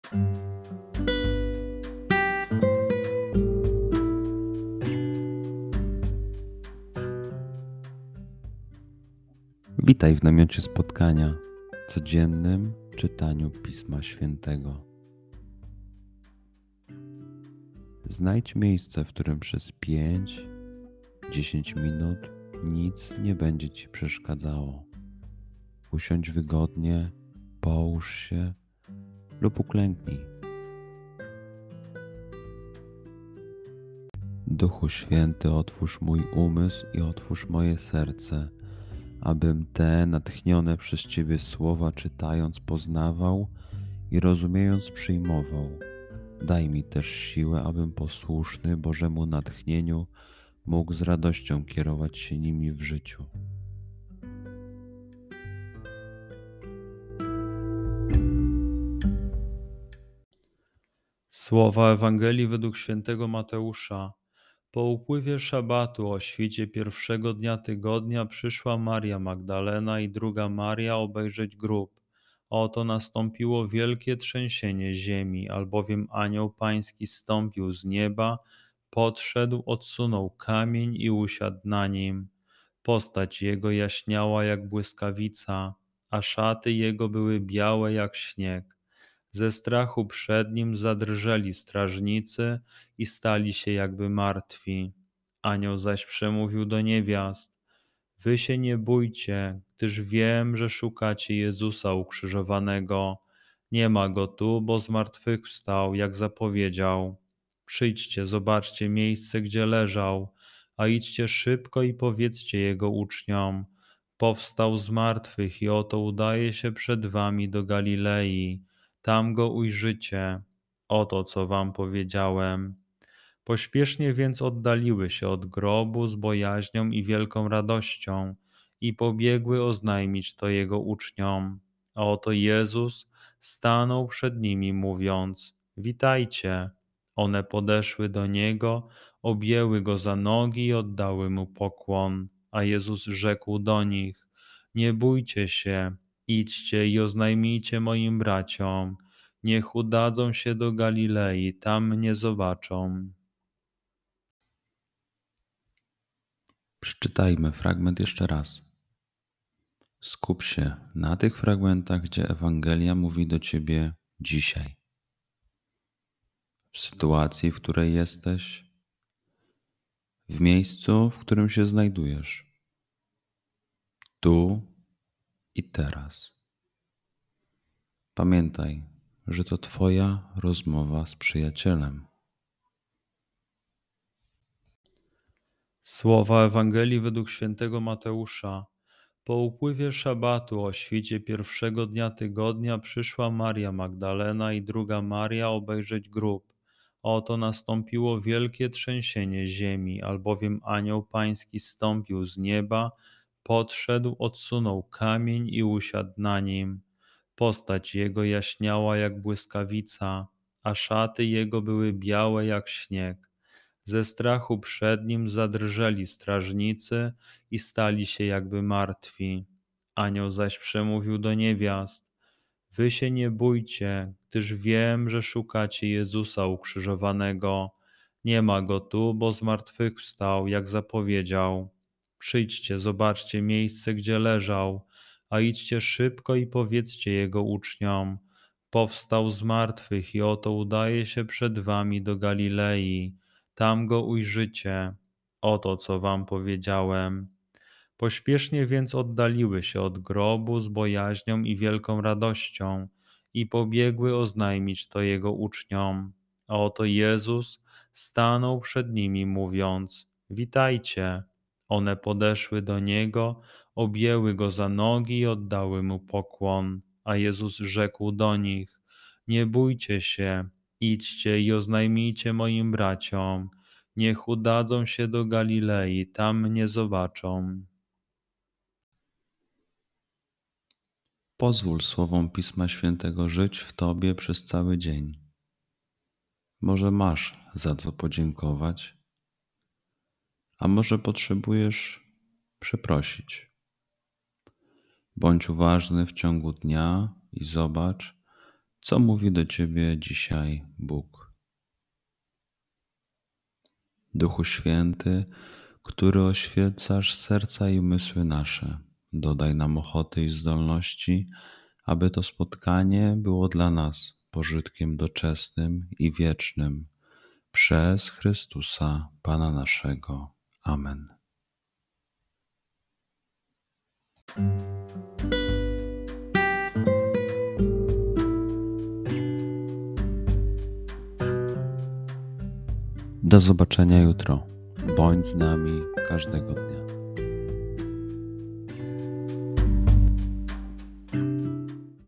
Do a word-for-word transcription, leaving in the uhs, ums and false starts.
Witaj w namiocie spotkania, codziennym czytaniu Pisma Świętego. Znajdź miejsce, w którym przez pięć do dziesięciu minut nic nie będzie Ci przeszkadzało. Usiądź wygodnie, połóż się lub uklęknij. Duchu Święty, otwórz mój umysł i otwórz moje serce, abym te natchnione przez Ciebie słowa czytając poznawał i rozumiejąc przyjmował. Daj mi też siłę, abym posłuszny Bożemu natchnieniu mógł z radością kierować się nimi w życiu. Słowa Ewangelii według świętego Mateusza. Po upływie szabatu o świcie pierwszego dnia tygodnia przyszła Maria Magdalena i druga Maria obejrzeć grób. Oto nastąpiło wielkie trzęsienie ziemi, albowiem anioł pański zstąpił z nieba, podszedł, odsunął kamień i usiadł na nim. Postać jego jaśniała jak błyskawica, a szaty jego były białe jak śnieg. Ze strachu przed nim zadrżeli strażnicy i stali się jakby martwi. Anioł zaś przemówił do niewiast: Wy się nie bójcie, gdyż wiem, że szukacie Jezusa ukrzyżowanego. Nie ma go tu, bo zmartwychwstał, jak zapowiedział. Przyjdźcie, zobaczcie miejsce, gdzie leżał, a idźcie szybko i powiedzcie jego uczniom: Powstał z martwych i oto udaje się przed wami do Galilei. Tam go ujrzycie. Oto, co wam powiedziałem. Pośpiesznie więc oddaliły się od grobu z bojaźnią i wielką radością i pobiegły oznajmić to jego uczniom. A oto Jezus stanął przed nimi, mówiąc: Witajcie. One podeszły do niego, objęły go za nogi i oddały mu pokłon. A Jezus rzekł do nich: Nie bójcie się, idźcie i oznajmijcie moim braciom. Niech udadzą się do Galilei, tam mnie zobaczą. Przeczytajmy fragment jeszcze raz. Skup się na tych fragmentach, gdzie Ewangelia mówi do Ciebie dzisiaj. W sytuacji, w której jesteś, w miejscu, w którym się znajdujesz, tu i teraz. Pamiętaj, że to Twoja rozmowa z przyjacielem. Słowa Ewangelii według świętego Mateusza. Po upływie szabatu o świcie pierwszego dnia tygodnia przyszła Maria Magdalena i druga Maria obejrzeć grób. Oto nastąpiło wielkie trzęsienie ziemi, albowiem anioł pański zstąpił z nieba, podszedł, odsunął kamień i usiadł na nim. Postać jego jaśniała jak błyskawica, a szaty jego były białe jak śnieg. Ze strachu przed nim zadrżeli strażnicy i stali się jakby martwi. Anioł zaś przemówił do niewiast: Wy się nie bójcie, gdyż wiem, że szukacie Jezusa ukrzyżowanego. Nie ma go tu, bo zmartwychwstał, jak zapowiedział. Przyjdźcie, zobaczcie miejsce, gdzie leżał, a idźcie szybko i powiedzcie jego uczniom: Powstał z martwych i oto udaje się przed wami do Galilei. Tam go ujrzycie. Oto, co wam powiedziałem. Pośpiesznie więc oddaliły się od grobu z bojaźnią i wielką radością i pobiegły oznajmić to jego uczniom. A oto Jezus stanął przed nimi, mówiąc: Witajcie. One podeszły do niego, objęły go za nogi i oddały mu pokłon. A Jezus rzekł do nich: Nie bójcie się, idźcie i oznajmijcie moim braciom. Niech udadzą się do Galilei, tam mnie zobaczą. Pozwól słowom Pisma Świętego żyć w Tobie przez cały dzień. Może masz za co podziękować, a może potrzebujesz przeprosić. Bądź uważny w ciągu dnia i zobacz, Co mówi do Ciebie dzisiaj Bóg? Duchu Święty, który oświecasz serca i umysły nasze, dodaj nam ochoty i zdolności, aby to spotkanie było dla nas pożytkiem doczesnym i wiecznym. Przez Chrystusa, Pana naszego. Amen. Do zobaczenia jutro. Bądź z nami każdego dnia.